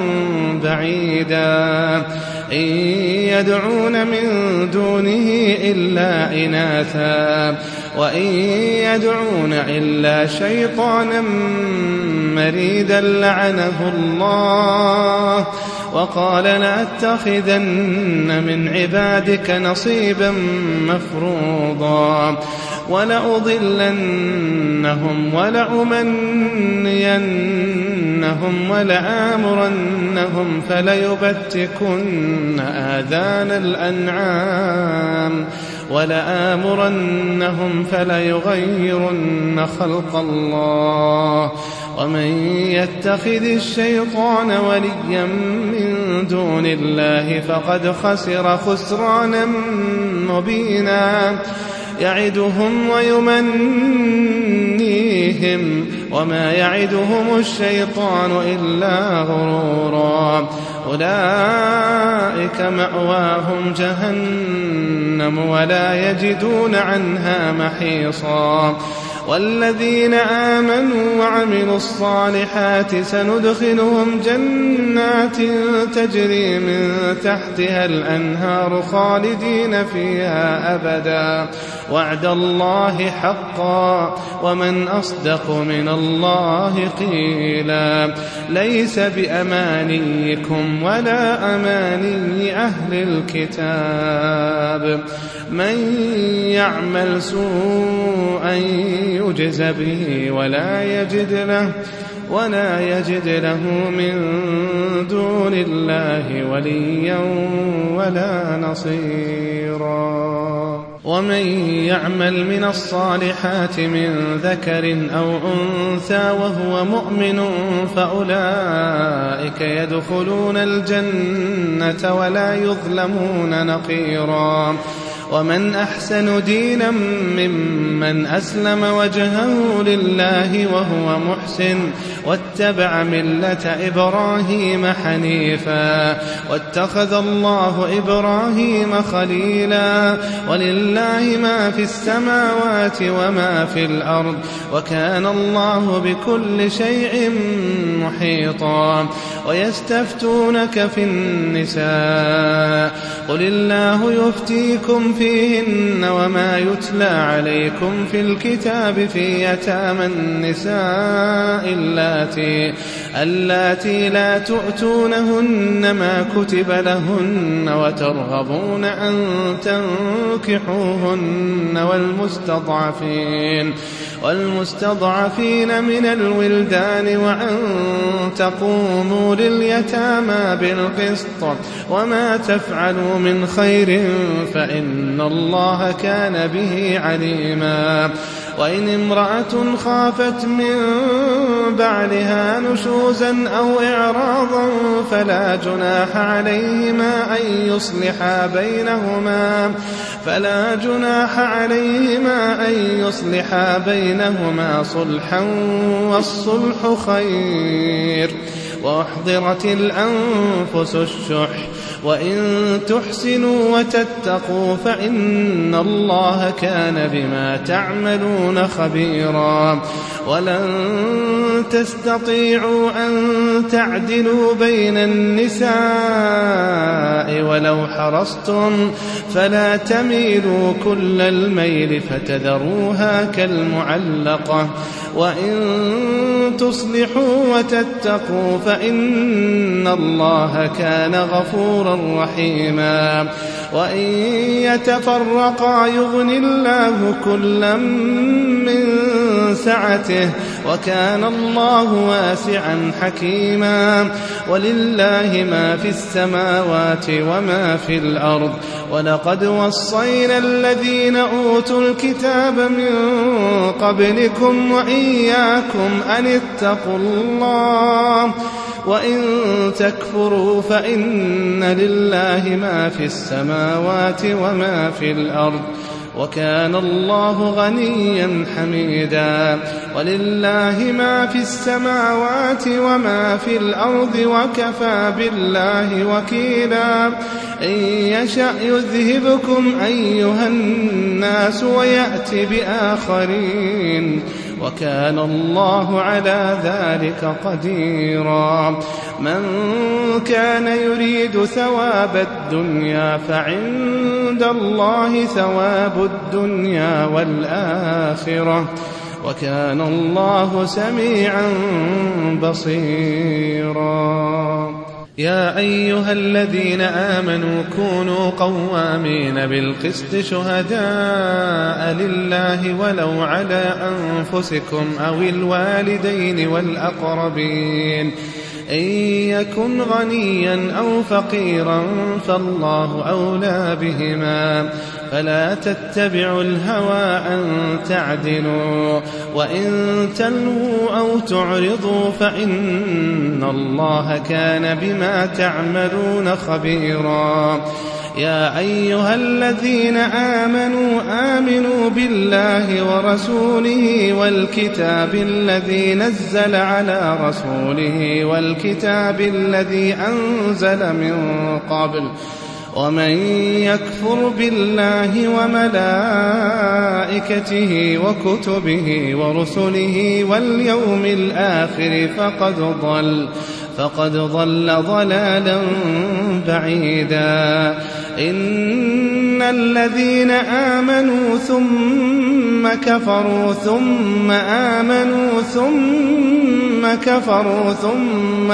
بعيدا. إن يدعون من دونه إلا إناثا وإن يدعون إلا شيطانا مريدا لعنه الله وقال لأتخذن من عبادك نصيبا مفروضا ولأضلنهم ولأمنينهم ولآمرنهم فليبتكن آذان الأنعام ولآمرنهم فليغيرن خلق الله ومن يتخذ الشيطان وليا من دون الله فقد خسر خسرانا مبينا. يعدهم ويمنيهم وما يعدهم الشيطان إلا غرورا. أولئك مأواهم جهنم ولا يجدون عنها محيصا. والذين آمنوا وعملوا الصالحات سندخلهم جنات تجري من تحتها الأنهار خالدين فيها أبدا وعد الله حقا ومن أصدق من الله قيلا. ليس بأمانيكم ولا أماني أهل الكتاب من يعمل سوءا يجز به ولا يجد له من دون الله وليا ولا نصيرا. ومن يعمل من الصالحات من ذكر أو أنثى وهو مؤمن فأولئك يدخلون الجنة ولا يظلمون نقيرا. ومن أحسن دينا ممن أسلم وجهه لله وهو محسن واتبع ملة إبراهيم حنيفا واتخذ الله إبراهيم خليلا ولله ما في السماوات وما في الأرض وكان الله بكل شيء محيطا ويستفتونك في النساء قل الله يفتيكم فيهن وما يتلى عليكم في الكتاب في يتامى النساء اللاتي لا تؤتونهن ما كتب لهن وترغبون أن تنكحوهن والمستضعفين من الولدان وأن تقوموا لليتامى بالقسط وما تفعلوا من خير فإن الله كان به عليما وإن امرأة خافت من بعلها نشوزا أو إعراضا فلا جناح عليهما أن يصلحا بينهما صلحا والصلح خير وأحضرت الأنفس الشح وإن تحسنوا وتتقوا فإن الله كان بما تعملون خبيرا ولن تستطيعوا أن تعدلوا بين النساء ولو حرصتم فلا تميلوا كل الميل فتذروها كالمعلقة وإن تصلحوا وتتقوا فإن الله كان غفورا رحيما وإن يتفرقا يغن الله كلا من سعته وكان الله واسعا حكيما ولله ما في السماوات وما في الأرض ولقد وصينا الذين أوتوا الكتاب من قبلكم وإياكم أن اتقوا الله وإن تكفروا فإن لله ما في السماوات وما في الأرض وكان الله غنيا حميدا ولله ما في السماوات وما في الأرض وكفى بالله وكيلا إن يشأ يذهبكم أيها الناس ويأتي بآخرين وكان الله على ذلك قديرا من كان يريد ثواب الدنيا فعند الله ثواب الدنيا والآخرة وكان الله سميعا بصيرا يا أيها الذين آمنوا كونوا قوامين بالقسط شهداء لله ولو على أنفسكم أو الوالدين والأقربين إن يكن غنيا أو فقيرا فالله أولى بهما فلا تتبعوا الهوى أن تعدلوا وإن تلووا أو تعرضوا فإن الله كان بما تعملون خبيرا يا أيها الذين آمنوا بالله ورسوله والكتاب الذي نزل على رسوله والكتاب الذي أنزل من قبل ومن يكفر بالله وملائكته وكتبه ورسله واليوم الآخر فقد ضل ضلالا بعيدا إن الذين آمنوا ثم كفروا ثم آمنوا ثم كفروا ثم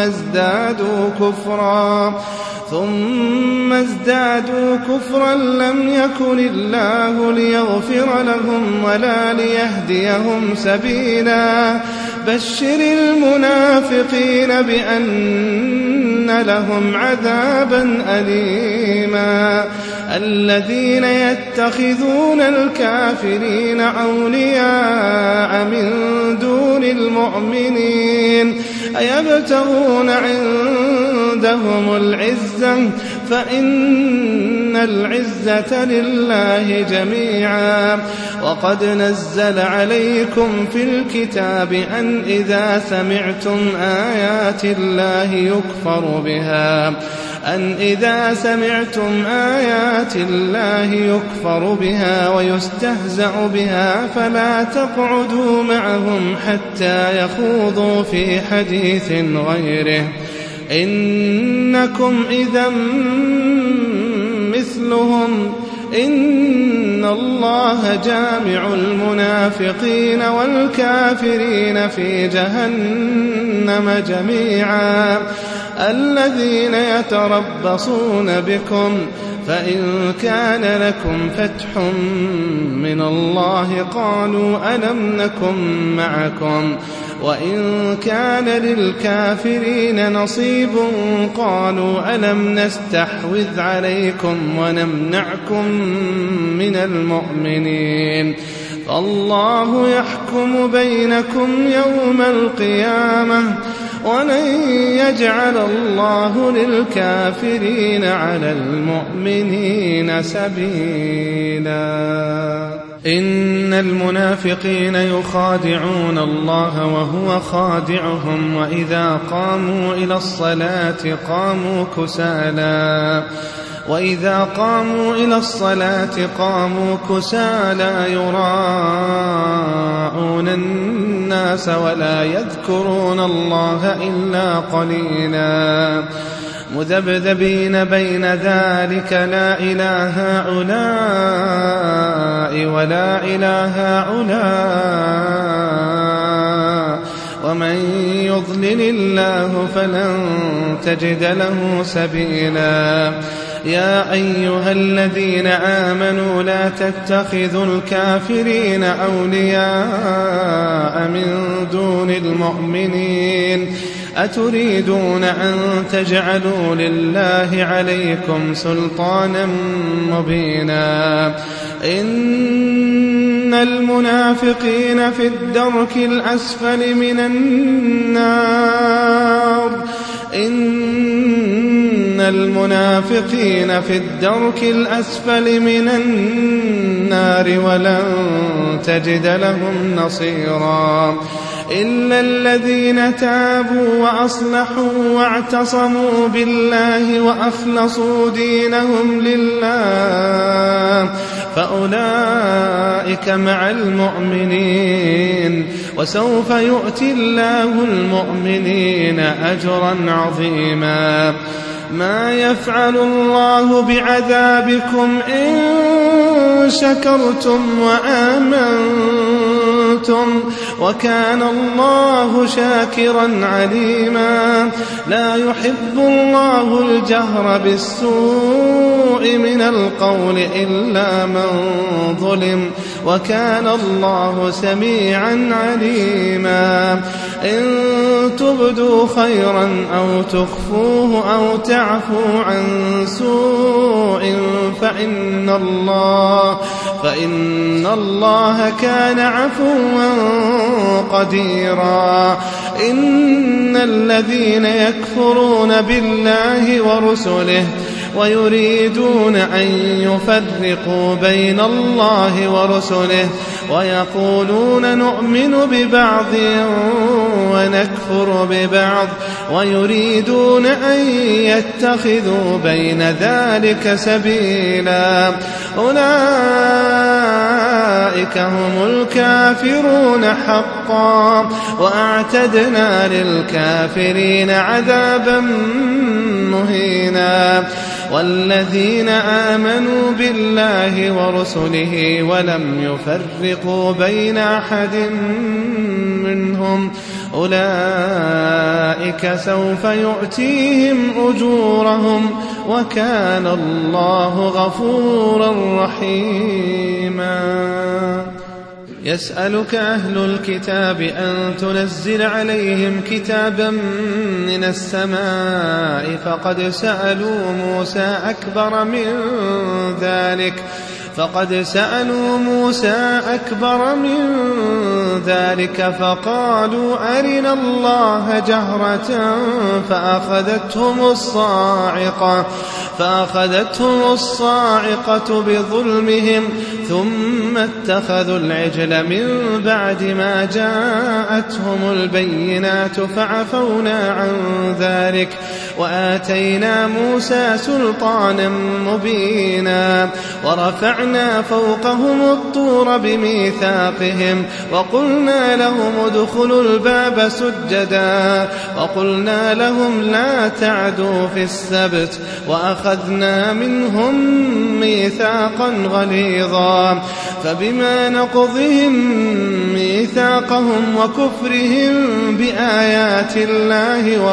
ازدادوا كفرا لم يكن الله ليغفر لهم ولا ليهديهم سبيلا بشر المنافقين بأن لهم عذابا أليما الذين يتخذون الكافرين أولياء من دون المؤمنين أيبتغون عندهم العزة فإن العزة لله جميعا. وقد نزل عليكم في الكتاب أن إذا سمعتم آيات الله يكفر بها ويستهزأ بها فلا تقعدوا معهم حتى يخوضوا في حديث غيره إنكم إذا مثلهم إن الله جامع المنافقين والكافرين في جهنم جميعا. الذين يتربصون بكم فإن كان لكم فتح من الله قالوا ألم نكن معكم وإن كان للكافرين نصيب قالوا ألم نستحوذ عليكم ونمنعكم من المؤمنين فالله يحكم بينكم يوم القيامة ولن يجعل الله للكافرين على المؤمنين سبيلا. إن المنافقين يخادعون الله وهو خادعهم وإذا قاموا إلى الصلاة قاموا كسالى يراءون الناس ولا يذكرون الله إلا قليلا مذبذبين بين ذلك لا إله هؤلاء ولا إله هؤلاء ومن يضلل الله فلن تجد له سبيلا. يا أيها الذين آمنوا لا تتخذوا الكافرين أولياء من دون المؤمنين أتريدون أن تجعلوا لله عليكم سلطانا مبينا. إن المنافقين في الدرك الأسفل من النار ولن تجد لهم نصيرا إلا الذين تابوا وأصلحوا واعتصموا بالله وأخلصوا دينهم لله فأولئك مع المؤمنين وسوف يؤتي الله المؤمنين أجرا عظيما. ما يفعل الله بعذابكم إن شكرتم وآمنتم وكان الله شاكرا عليما. لا يحب الله الجهر بالسوء من القول إلا من ظلم وكان الله سميعا عليما. إن تبدوا خيرا أو تخفوه أو تعفوا عن سوء فإن الله كان عفوا قديرا. إن الذين يكفرون بالله ورسله ويريدون أن يفرقوا بين الله ورسله ويقولون نؤمن ببعض ونكفر ببعض ويريدون أن يتخذوا بين ذلك سبيلا أولئك هم الكافرون حقا وأعتدنا للكافرين عذابا مهينا. والذين آمنوا بالله ورسله ولم يفرقوا بين أحد منهم أولئك سوف يؤتيهم أجورهم وكان الله غفورا رحيما. يسألك أهل الكتاب أن تنزل عليهم كتابا من السماء فقد سألوا موسى أكبر من ذلك فقالوا أرنا الله جهرة فأخذتهم الصاعقة بظلمهم ثم اتخذوا العجل من بعد ما جاءتهم البينات فعفونا عن ذلك وآتينا موسى سلطانا مبينا ورفعنا فوقهم الطور بميثاقهم وقلنا لهم ادخلوا الباب سجدا وقلنا لهم لا تعدوا في السبت وأخذنا منهم ميثاقا غليظا فبما نقضهم ميثاقهم وكفرهم بآيات الله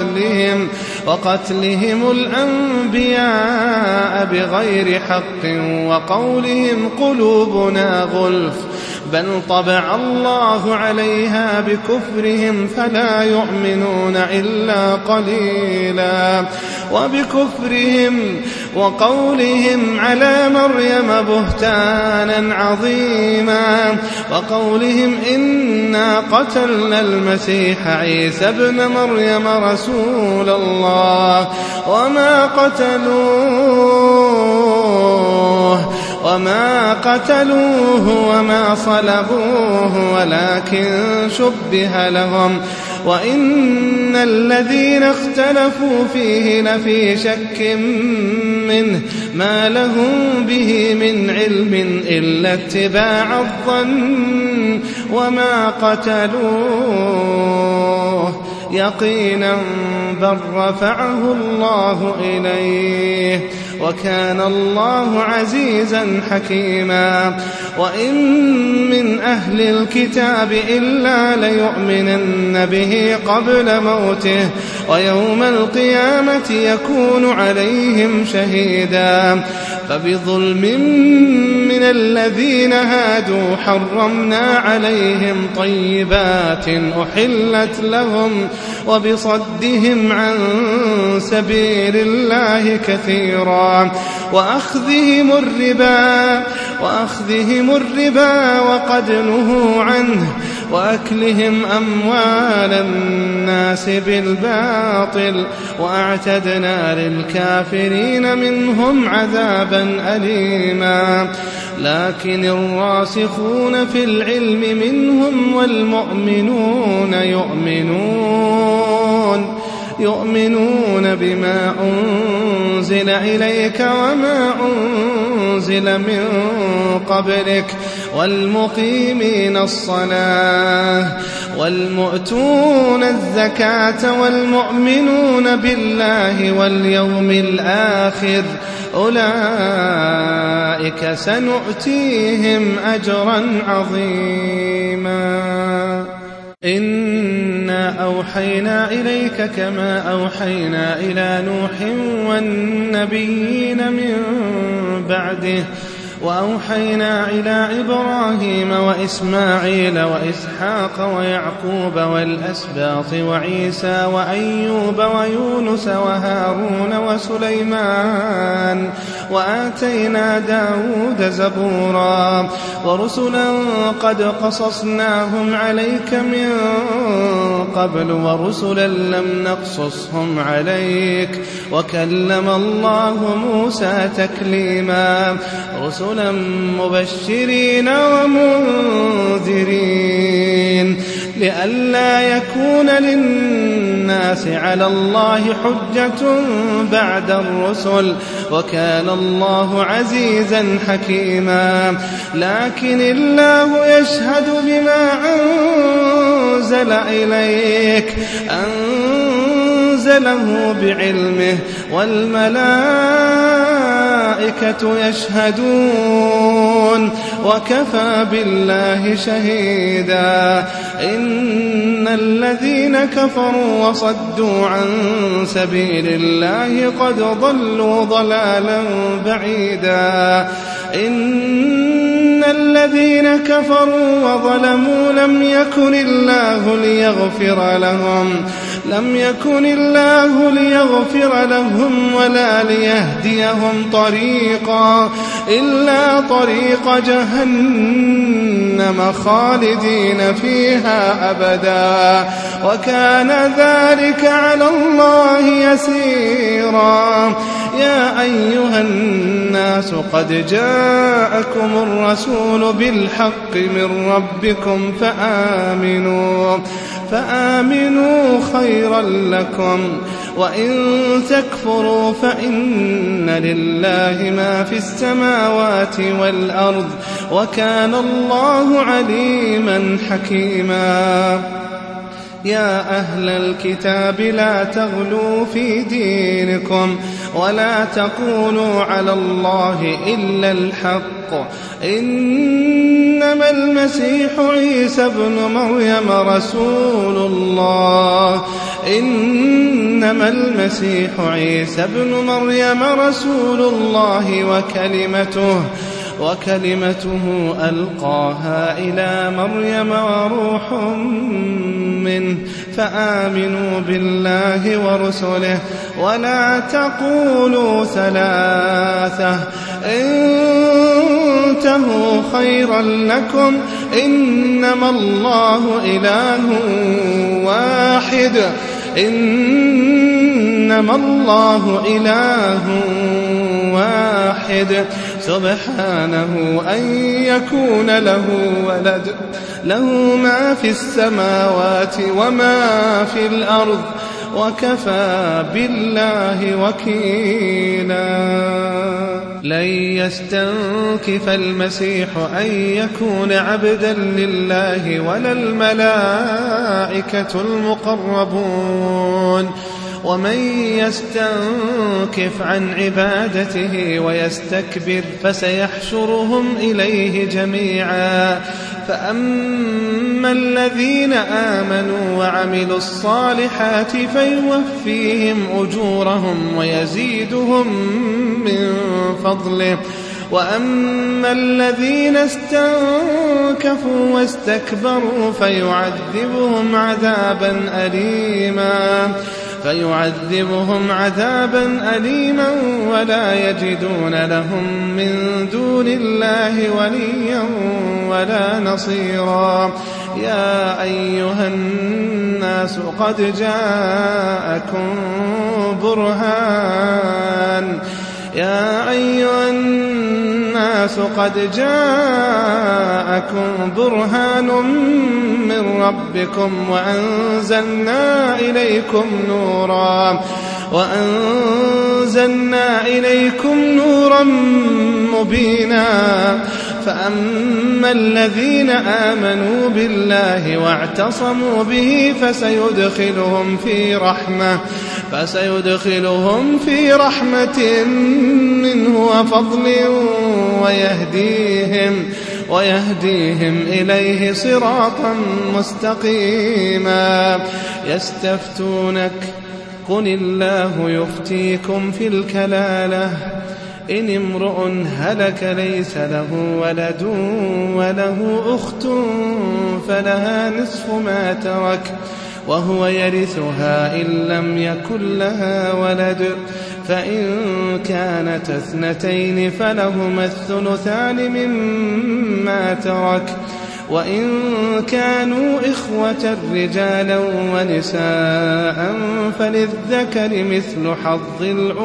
وقتلهم الأنبياء بغير حق وقولهم قلوبنا غلف بل طبع الله عليها بكفرهم فلا يؤمنون إلا قليلا وبكفرهم وقولهم على مريم بهتانا عظيما وقولهم إنا قتلنا المسيح عيسى ابن مريم رسول الله وما قتلوه وما صلبوه ولكن شبه لهم وإن الذين اختلفوا فيه لفي شك منه ما لهم به من علم إلا اتباع الظن وما قتلوه يقينا بل رفعه الله إليه وكان الله عزيزا حكيما وإن من أهل الكتاب إلا ليؤمنن به قبل موته ويوم القيامة يكون عليهم شهيدا فبظلم من الذين هادوا حرمنا عليهم طيبات أحلت لهم وبصدهم عن سبيل الله كثيرا وأخذهم الربا وقد نهوا عنه وأكلهم أموال الناس بالباطل وأعتدنا للكافرين منهم عذابا أليما لكن الراسخون في العلم منهم والمؤمنون يؤمنون بما أنزل إليك وما أنزل من قبلك والمقيمين الصلاة والمؤتون الزكاة والمؤمنون بالله واليوم الآخر أولئك سنؤتيهم أجرا عظيما إنا أوحينا إليك كما أوحينا إلى نوح والنبيين من بعده وأوحينا إلى إبراهيم وإسماعيل وإسحاق ويعقوب والأسباط وعيسى وأيوب ويونس وهارون وسليمان وآتينا داود زبورا ورسلا قد قصصناهم عليك من قبل ورسلا لم نقصصهم عليك وكلم الله موسى تكليما رسلا مبشرين ومنذرين لئلا يكون للناس على الله حجة بعد الرسل وكان الله عزيزا حكيما لكن الله يشهد بما أنزل إليك أنزله بعلمه والملائكة يشهدون وكفى بالله شهيدا إن الذين كفروا وصدوا عن سبيل الله قد ضلوا ضلالا بعيدا إن الذين كفروا وظلموا لم يكن الله ليغفر لهم ولا ليهديهم طريقا إلا طريق جهنم جهنم خالدين فيها أبدا وكان ذلك على الله يسيرا. يا أيها الناس قد جاءكم الرسول بالحق من ربكم فآمنوا خيرا لكم وإن تكفروا فإن لله ما في السماوات والأرض وكان الله عليما حكيما. يا أهل الكتاب لا تغلوا في دينكم ولا تقولوا على الله إلا الحق إنما المسيح عيسى ابن مريم رسول الله وكلمته ألقاها إلى مريم وروح منه فآمنوا بالله ورسله ولا تقولوا ثلاثة انتهوا خيرا لكم إنما الله إله واحد سبحانه أن يكون له ولد له ما في السماوات وما في الأرض وكفى بالله وكيلا. لن يستنكف المسيح أن يكون عبدا لله ولا الملائكة المقربون ومن يستنكف عن عبادته ويستكبر فسيحشرهم إليه جميعا. فأما الذين آمنوا وعملوا الصالحات فيوفيهم أجورهم ويزيدهم من فضله وأما الذين استنكفوا واستكبروا فيعذبهم عذابا أليما ولا يجدون لهم من دون الله وليا ولا نصيرا. يا أيها الناس قد جاءكم برهان من ربكم وأنزلنا إليكم نورا مبينا. فأما الذين آمنوا بالله واعتصموا به فسيدخلهم في رحمة منه وفضل ويهديهم إليه صراطا مستقيما. يستفتونك قل الله يفتيكم في الكلالة إن امرؤ هلك ليس له ولد وله أخت فلها نصف ما ترك وهو يرثها إن لم يكن لها ولد فإن كانت اثنتين فلهما الثلثان مما ترك وإن كانوا إخوة رجالا ونساء فللذكر مثل حظ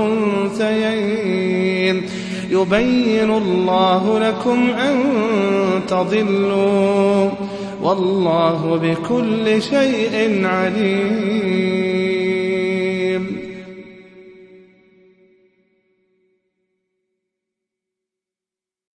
الأنثيين يبين الله لكم أن تضلوا والله بكل شيء عليم.